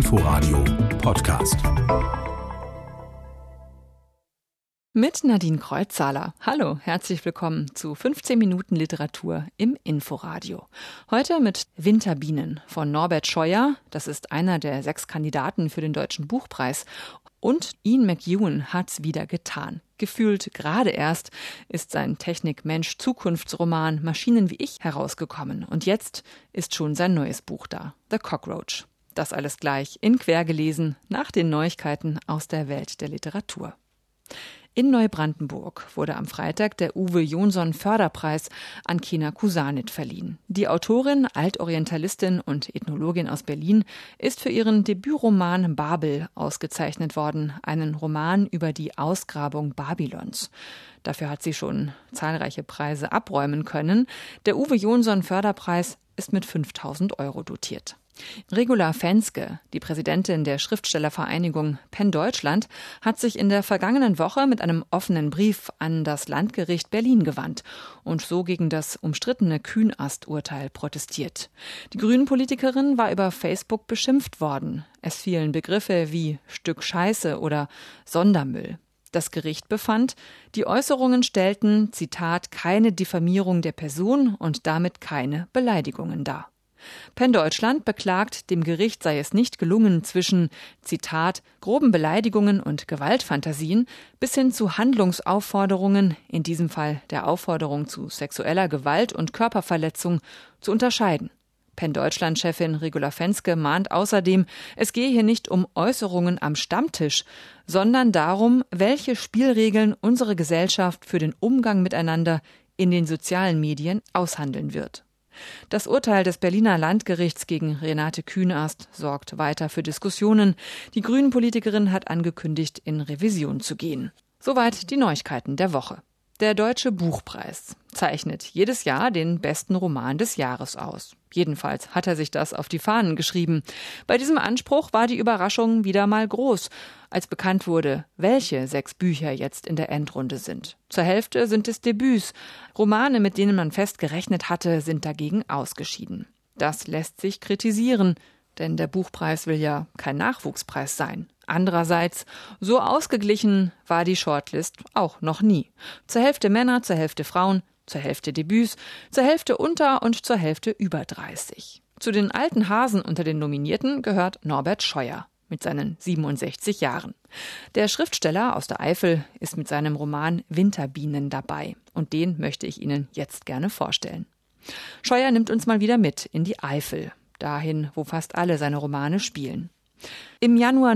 Inforadio Podcast. Mit Nadine Kreuzzahler. Hallo, herzlich willkommen zu 15 Minuten Literatur im Inforadio. Heute mit Winterbienen von Norbert Scheuer. Das ist einer der 6 Kandidaten für den Deutschen Buchpreis. Und Ian McEwan hat's wieder getan. Gefühlt gerade erst ist sein Technik-Mensch-Zukunftsroman Maschinen wie ich herausgekommen. Und jetzt ist schon sein neues Buch da, The Cockroach. Das alles gleich in Quergelesen nach den Neuigkeiten aus der Welt der Literatur. In Neubrandenburg wurde am Freitag der Uwe Jonsson Förderpreis an Kena Kusanit verliehen. Die Autorin, Altorientalistin und Ethnologin aus Berlin, ist für ihren Debütroman Babel ausgezeichnet worden, einen Roman über die Ausgrabung Babylons. Dafür hat sie schon zahlreiche Preise abräumen können. Der Uwe Jonsson Förderpreis ist mit 5.000 € dotiert. Regula Fenske, die Präsidentin der Schriftstellervereinigung PEN Deutschland, hat sich in der vergangenen Woche mit einem offenen Brief an das Landgericht Berlin gewandt und so gegen das umstrittene Kühnast-Urteil protestiert. Die Grünen-Politikerin war über Facebook beschimpft worden. Es fielen Begriffe wie Stück Scheiße oder Sondermüll. Das Gericht befand, die Äußerungen stellten, Zitat, keine Diffamierung der Person und damit keine Beleidigungen dar. PEN Deutschland beklagt, dem Gericht sei es nicht gelungen, zwischen, Zitat, groben Beleidigungen und Gewaltfantasien bis hin zu Handlungsaufforderungen, in diesem Fall der Aufforderung zu sexueller Gewalt und Körperverletzung, zu unterscheiden. PEN Deutschland-Chefin Regula Fenske mahnt außerdem, es gehe hier nicht um Äußerungen am Stammtisch, sondern darum, welche Spielregeln unsere Gesellschaft für den Umgang miteinander in den sozialen Medien aushandeln wird. Das Urteil des Berliner Landgerichts gegen Renate Künast sorgt weiter für Diskussionen. Die Grünen-Politikerin hat angekündigt, in Revision zu gehen. Soweit die Neuigkeiten der Woche. Der Deutsche Buchpreis zeichnet jedes Jahr den besten Roman des Jahres aus. Jedenfalls hat er sich das auf die Fahnen geschrieben. Bei diesem Anspruch war die Überraschung wieder mal groß, als bekannt wurde, welche 6 Bücher jetzt in der Endrunde sind. Zur Hälfte sind es Debüts. Romane, mit denen man fest gerechnet hatte, sind dagegen ausgeschieden. Das lässt sich kritisieren, denn der Buchpreis will ja kein Nachwuchspreis sein. Andererseits, so ausgeglichen war die Shortlist auch noch nie. Zur Hälfte Männer, zur Hälfte Frauen, zur Hälfte Debüts, zur Hälfte unter und zur Hälfte über 30. Zu den alten Hasen unter den Nominierten gehört Norbert Scheuer mit seinen 67 Jahren. Der Schriftsteller aus der Eifel ist mit seinem Roman Winterbienen dabei. Und den möchte ich Ihnen jetzt gerne vorstellen. Scheuer nimmt uns mal wieder mit in die Eifel, dahin, wo fast alle seine Romane spielen. Im Januar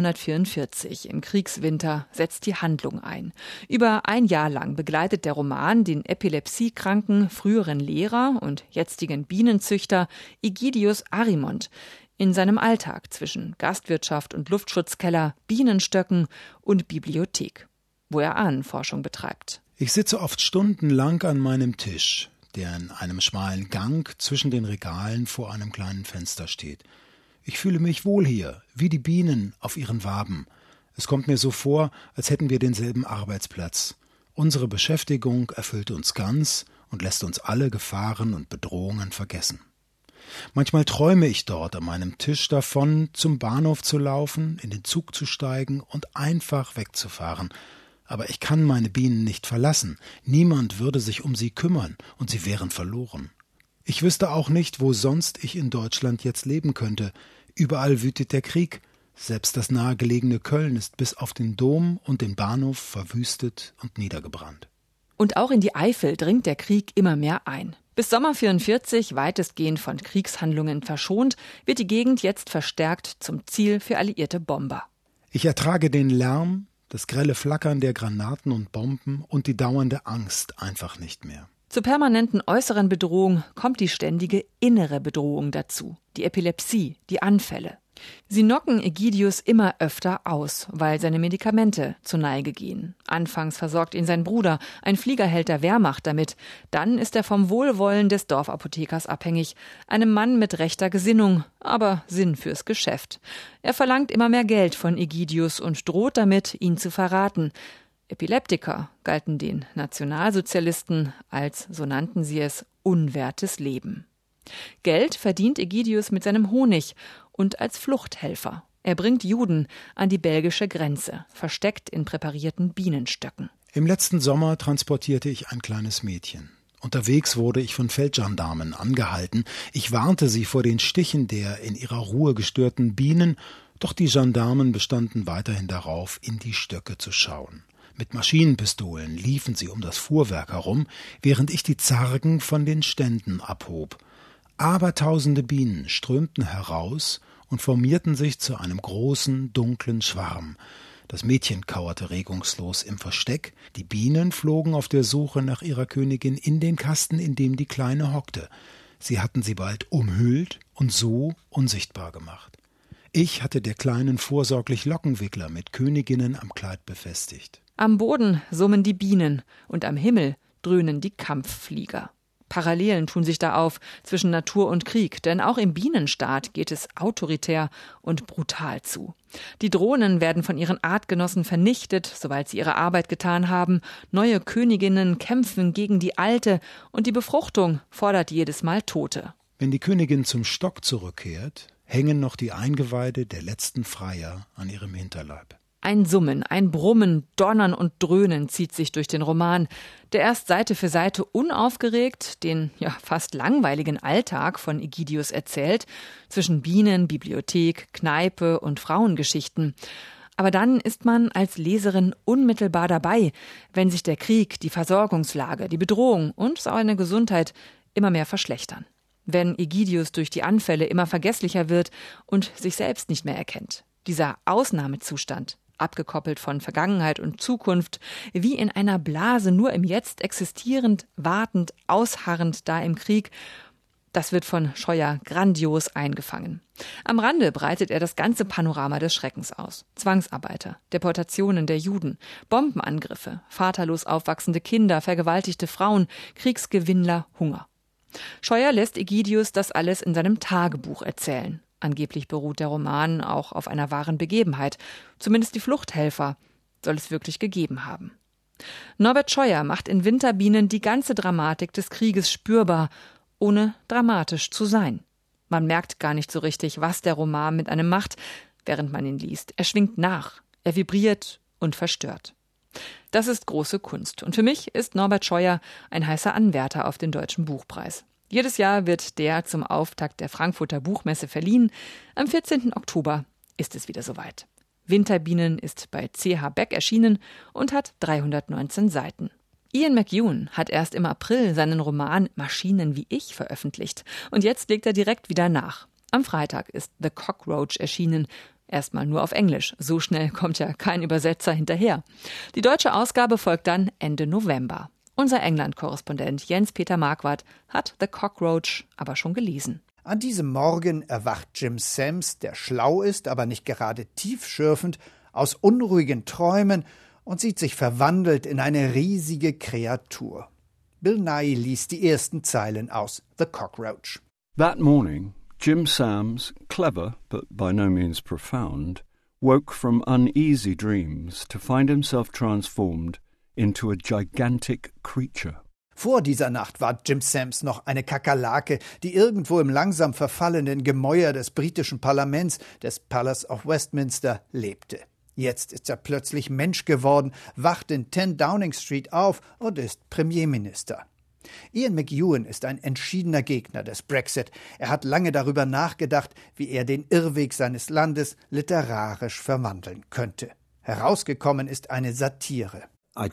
1944, im Kriegswinter, setzt die Handlung ein. Über ein Jahr lang begleitet der Roman den epilepsiekranken früheren Lehrer und jetzigen Bienenzüchter Egidius Arimont in seinem Alltag zwischen Gastwirtschaft und Luftschutzkeller, Bienenstöcken und Bibliothek, wo er Ahnenforschung betreibt. Ich sitze oft stundenlang an meinem Tisch, der in einem schmalen Gang zwischen den Regalen vor einem kleinen Fenster steht. Ich fühle mich wohl hier, wie die Bienen auf ihren Waben. Es kommt mir so vor, als hätten wir denselben Arbeitsplatz. Unsere Beschäftigung erfüllt uns ganz und lässt uns alle Gefahren und Bedrohungen vergessen. Manchmal träume ich dort an meinem Tisch davon, zum Bahnhof zu laufen, in den Zug zu steigen und einfach wegzufahren. Aber ich kann meine Bienen nicht verlassen. Niemand würde sich um sie kümmern und sie wären verloren. Ich wüsste auch nicht, wo sonst ich in Deutschland jetzt leben könnte. Überall wütet der Krieg. Selbst das nahegelegene Köln ist bis auf den Dom und den Bahnhof verwüstet und niedergebrannt. Und auch in die Eifel dringt der Krieg immer mehr ein. Bis Sommer 1944, weitestgehend von Kriegshandlungen verschont, wird die Gegend jetzt verstärkt zum Ziel für alliierte Bomber. Ich ertrage den Lärm, das grelle Flackern der Granaten und Bomben und die dauernde Angst einfach nicht mehr. Zur permanenten äußeren Bedrohung kommt die ständige innere Bedrohung dazu. Die Epilepsie, die Anfälle. Sie knocken Egidius immer öfter aus, weil seine Medikamente zur Neige gehen. Anfangs versorgt ihn sein Bruder, ein Fliegerheld der Wehrmacht, damit. Dann ist er vom Wohlwollen des Dorfapothekers abhängig, einem Mann mit rechter Gesinnung, aber Sinn fürs Geschäft. Er verlangt immer mehr Geld von Egidius und droht damit, ihn zu verraten. Epileptiker galten den Nationalsozialisten als, so nannten sie es, unwertes Leben. Geld verdient Egidius mit seinem Honig und als Fluchthelfer. Er bringt Juden an die belgische Grenze, versteckt in präparierten Bienenstöcken. Im letzten Sommer transportierte ich ein kleines Mädchen. Unterwegs wurde ich von Feldgendarmen angehalten. Ich warnte sie vor den Stichen der in ihrer Ruhe gestörten Bienen, doch die Gendarmen bestanden weiterhin darauf, in die Stöcke zu schauen. Mit Maschinenpistolen liefen sie um das Fuhrwerk herum, während ich die Zargen von den Ständen abhob. Abertausende Bienen strömten heraus und formierten sich zu einem großen, dunklen Schwarm. Das Mädchen kauerte regungslos im Versteck, die Bienen flogen auf der Suche nach ihrer Königin in den Kasten, in dem die Kleine hockte. Sie hatten sie bald umhüllt und so unsichtbar gemacht. Ich hatte der Kleinen vorsorglich Lockenwickler mit Königinnen am Kleid befestigt. Am Boden summen die Bienen und am Himmel dröhnen die Kampfflieger. Parallelen tun sich da auf zwischen Natur und Krieg, denn auch im Bienenstaat geht es autoritär und brutal zu. Die Drohnen werden von ihren Artgenossen vernichtet, sobald sie ihre Arbeit getan haben. Neue Königinnen kämpfen gegen die alte und die Befruchtung fordert jedes Mal Tote. Wenn die Königin zum Stock zurückkehrt, hängen noch die Eingeweide der letzten Freier an ihrem Hinterleib. Ein Summen, ein Brummen, Donnern und Dröhnen zieht sich durch den Roman, der erst Seite für Seite unaufgeregt den fast langweiligen Alltag von Egidius erzählt, zwischen Bienen, Bibliothek, Kneipe und Frauengeschichten. Aber dann ist man als Leserin unmittelbar dabei, wenn sich der Krieg, die Versorgungslage, die Bedrohung und seine Gesundheit immer mehr verschlechtern. Wenn Egidius durch die Anfälle immer vergesslicher wird und sich selbst nicht mehr erkennt. Dieser Ausnahmezustand, abgekoppelt von Vergangenheit und Zukunft, wie in einer Blase, nur im Jetzt existierend, wartend, ausharrend da im Krieg, das wird von Scheuer grandios eingefangen. Am Rande breitet er das ganze Panorama des Schreckens aus. Zwangsarbeiter, Deportationen der Juden, Bombenangriffe, vaterlos aufwachsende Kinder, vergewaltigte Frauen, Kriegsgewinnler, Hunger. Scheuer lässt Egidius das alles in seinem Tagebuch erzählen. Angeblich beruht der Roman auch auf einer wahren Begebenheit. Zumindest die Fluchthelfer soll es wirklich gegeben haben. Norbert Scheuer macht in Winterbienen die ganze Dramatik des Krieges spürbar, ohne dramatisch zu sein. Man merkt gar nicht so richtig, was der Roman mit einem macht, während man ihn liest. Er schwingt nach, er vibriert und verstört. Das ist große Kunst. Und für mich ist Norbert Scheuer ein heißer Anwärter auf den Deutschen Buchpreis. Jedes Jahr wird der zum Auftakt der Frankfurter Buchmesse verliehen. Am 14. Oktober ist es wieder soweit. Winterbienen ist bei C.H. Beck erschienen und hat 319 Seiten. Ian McEwan hat erst im April seinen Roman Maschinen wie ich veröffentlicht. Und jetzt legt er direkt wieder nach. Am Freitag ist The Cockroach erschienen. Erstmal nur auf Englisch. So schnell kommt ja kein Übersetzer hinterher. Die deutsche Ausgabe folgt dann Ende November. Unser England-Korrespondent Jens-Peter Marquardt hat The Cockroach aber schon gelesen. An diesem Morgen erwacht Jim Sams, der schlau ist, aber nicht gerade tiefschürfend, aus unruhigen Träumen und sieht sich verwandelt in eine riesige Kreatur. Bill Nighy liest die ersten Zeilen aus The Cockroach. That morning, Jim Sams, clever but by no means profound, woke from uneasy dreams to find himself transformed into a gigantic creature. Vor dieser Nacht war Jim Sams noch eine Kakerlake, die irgendwo im langsam verfallenden Gemäuer des britischen Parlaments, des Palace of Westminster, lebte. Jetzt ist er plötzlich Mensch geworden, wacht in 10 Downing Street auf und ist Premierminister. Ian McEwan ist ein entschiedener Gegner des Brexit. Er hat lange darüber nachgedacht, wie er den Irrweg seines Landes literarisch verwandeln könnte. Herausgekommen ist eine Satire.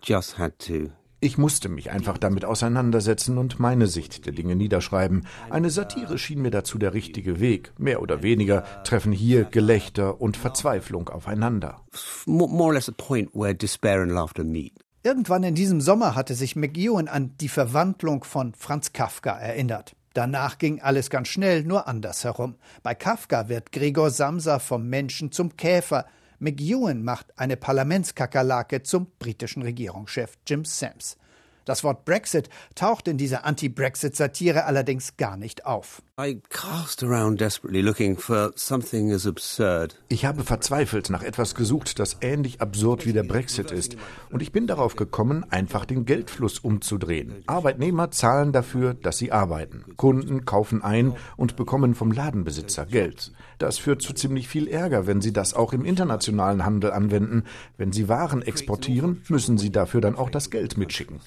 Ich musste mich einfach damit auseinandersetzen und meine Sicht der Dinge niederschreiben. Eine Satire schien mir dazu der richtige Weg. Mehr oder weniger treffen hier Gelächter und Verzweiflung aufeinander. More or less a point where despair and laughter meet. Irgendwann in diesem Sommer hatte sich McEwan an die Verwandlung von Franz Kafka erinnert. Danach ging alles ganz schnell, nur andersherum. Bei Kafka wird Gregor Samsa vom Menschen zum Käfer. McEwan macht eine Parlamentskakerlake zum britischen Regierungschef Jim Sams. Das Wort Brexit taucht in dieser Anti-Brexit-Satire allerdings gar nicht auf. Ich habe verzweifelt nach etwas gesucht, das ähnlich absurd wie der Brexit ist. Und ich bin darauf gekommen, einfach den Geldfluss umzudrehen. Arbeitnehmer zahlen dafür, dass sie arbeiten. Kunden kaufen ein und bekommen vom Ladenbesitzer Geld. Das führt zu ziemlich viel Ärger, wenn sie das auch im internationalen Handel anwenden. Wenn sie Waren exportieren, müssen sie dafür dann auch das Geld mitschicken.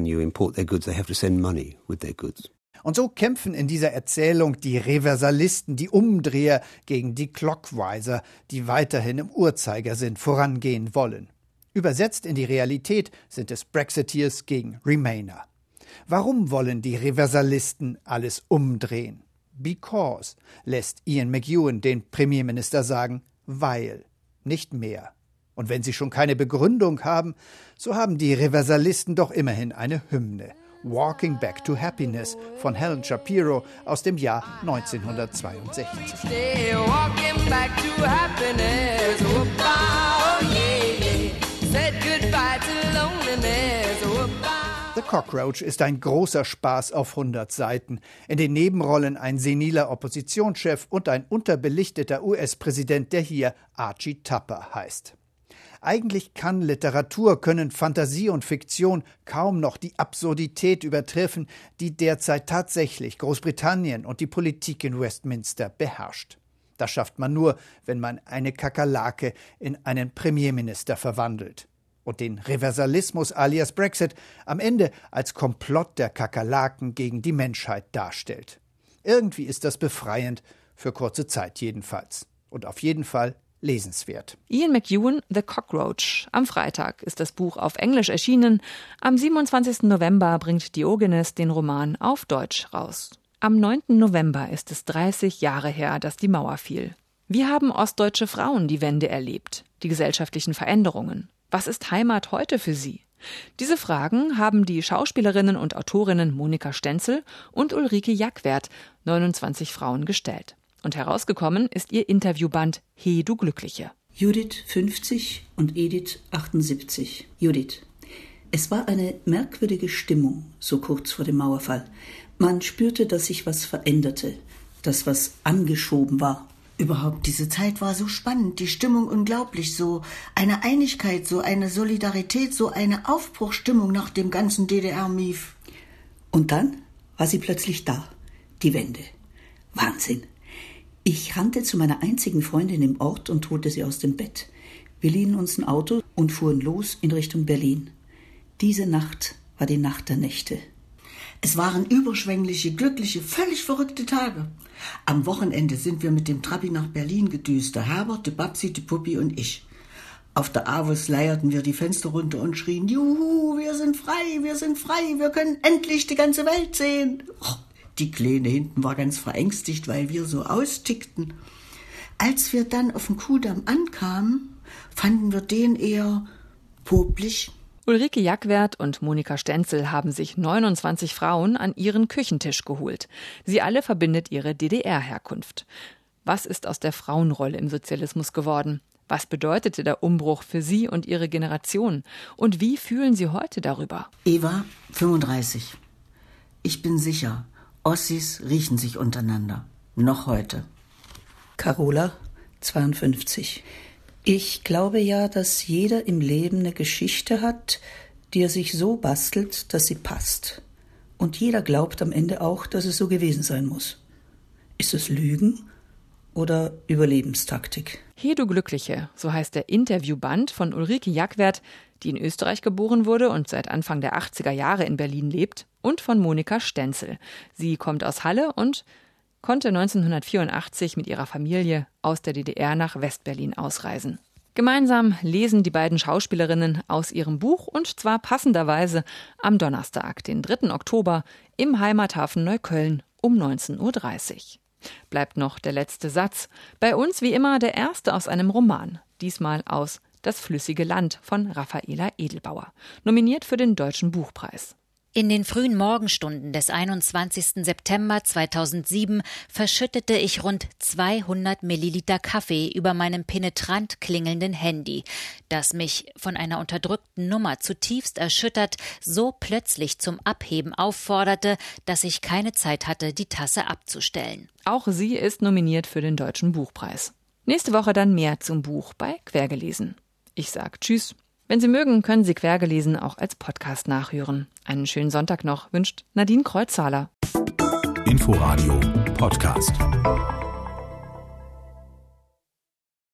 Und so kämpfen in dieser Erzählung die Reversalisten, die Umdreher gegen die Clockwiser, die weiterhin im Uhrzeigersinn vorangehen wollen. Übersetzt in die Realität sind es Brexiteers gegen Remainer. Warum wollen die Reversalisten alles umdrehen? Because, lässt Ian McEwan den Premierminister sagen, weil, nicht mehr. Und wenn sie schon keine Begründung haben, so haben die Reversalisten doch immerhin eine Hymne. Walking Back to Happiness von Helen Shapiro aus dem Jahr 1962. The Cockroach ist ein großer Spaß auf 100 Seiten. In den Nebenrollen ein seniler Oppositionschef und ein unterbelichteter US-Präsident, der hier Archie Tupper heißt. Eigentlich können Fantasie und Fiktion kaum noch die Absurdität übertreffen, die derzeit tatsächlich Großbritannien und die Politik in Westminster beherrscht. Das schafft man nur, wenn man eine Kakerlake in einen Premierminister verwandelt und den Reversalismus alias Brexit am Ende als Komplott der Kakerlaken gegen die Menschheit darstellt. Irgendwie ist das befreiend, für kurze Zeit jedenfalls. Und auf jeden Fall lesenswert. Ian McEwan, The Cockroach. Am Freitag ist das Buch auf Englisch erschienen. Am 27. November bringt Diogenes den Roman auf Deutsch raus. Am 9. November ist es 30 Jahre her, dass die Mauer fiel. Wie haben ostdeutsche Frauen die Wende erlebt? Die gesellschaftlichen Veränderungen? Was ist Heimat heute für sie? Diese Fragen haben die Schauspielerinnen und Autorinnen Monika Stenzel und Ulrike Jackwert, 29 Frauen, gestellt. Und herausgekommen ist ihr Interviewband He, du Glückliche. Judith 50 und Edith 78. Judith: Es war eine merkwürdige Stimmung, so kurz vor dem Mauerfall. Man spürte, dass sich was veränderte, dass was angeschoben war. Überhaupt, diese Zeit war so spannend, die Stimmung unglaublich, so eine Einigkeit, so eine Solidarität, so eine Aufbruchsstimmung nach dem ganzen DDR-Mief. Und dann war sie plötzlich da, die Wende. Wahnsinn! Ich rannte zu meiner einzigen Freundin im Ort und holte sie aus dem Bett. Wir liehen uns ein Auto und fuhren los in Richtung Berlin. Diese Nacht war die Nacht der Nächte. Es waren überschwängliche, glückliche, völlig verrückte Tage. Am Wochenende sind wir mit dem Trabi nach Berlin gedüst, der Herbert, die Babsi, die Puppi und ich. Auf der Avus leierten wir die Fenster runter und schrien, Juhu, wir sind frei, wir können endlich die ganze Welt sehen. Oh, die Kleine hinten war ganz verängstigt, weil wir so austickten. Als wir dann auf dem Kuhdamm ankamen, fanden wir den eher popelig. Ulrike Jackwert und Monika Stenzel haben sich 29 Frauen an ihren Küchentisch geholt. Sie alle verbindet ihre DDR-Herkunft. Was ist aus der Frauenrolle im Sozialismus geworden? Was bedeutete der Umbruch für Sie und Ihre Generation? Und wie fühlen Sie heute darüber? Eva, 35. Ich bin sicher, Ossis riechen sich untereinander. Noch heute. Carola, 52. Ich glaube ja, dass jeder im Leben eine Geschichte hat, die er sich so bastelt, dass sie passt. Und jeder glaubt am Ende auch, dass es so gewesen sein muss. Ist es Lügen oder Überlebenstaktik? He, du Glückliche, so heißt der Interviewband von Ulrike Jackwert, die in Österreich geboren wurde und seit Anfang der 80er Jahre in Berlin lebt, und von Monika Stenzel. Sie kommt aus Halle und konnte 1984 mit ihrer Familie aus der DDR nach Westberlin ausreisen. Gemeinsam lesen die beiden Schauspielerinnen aus ihrem Buch, und zwar passenderweise am Donnerstag, den 3. Oktober, im Heimathafen Neukölln um 19:30 Uhr. Bleibt noch der letzte Satz. Bei uns wie immer der erste aus einem Roman, diesmal aus Das flüssige Land von Raffaela Edelbauer, nominiert für den Deutschen Buchpreis. In den frühen Morgenstunden des 21. September 2007 verschüttete ich rund 200 Milliliter Kaffee über meinem penetrant klingelnden Handy, das mich von einer unterdrückten Nummer zutiefst erschüttert so plötzlich zum Abheben aufforderte, dass ich keine Zeit hatte, die Tasse abzustellen. Auch sie ist nominiert für den Deutschen Buchpreis. Nächste Woche dann mehr zum Buch bei Quergelesen. Ich sag Tschüss. Wenn Sie mögen, können Sie Quergelesen auch als Podcast nachhören. Einen schönen Sonntag noch, wünscht Nadine Kreuzzahler. Inforadio Podcast.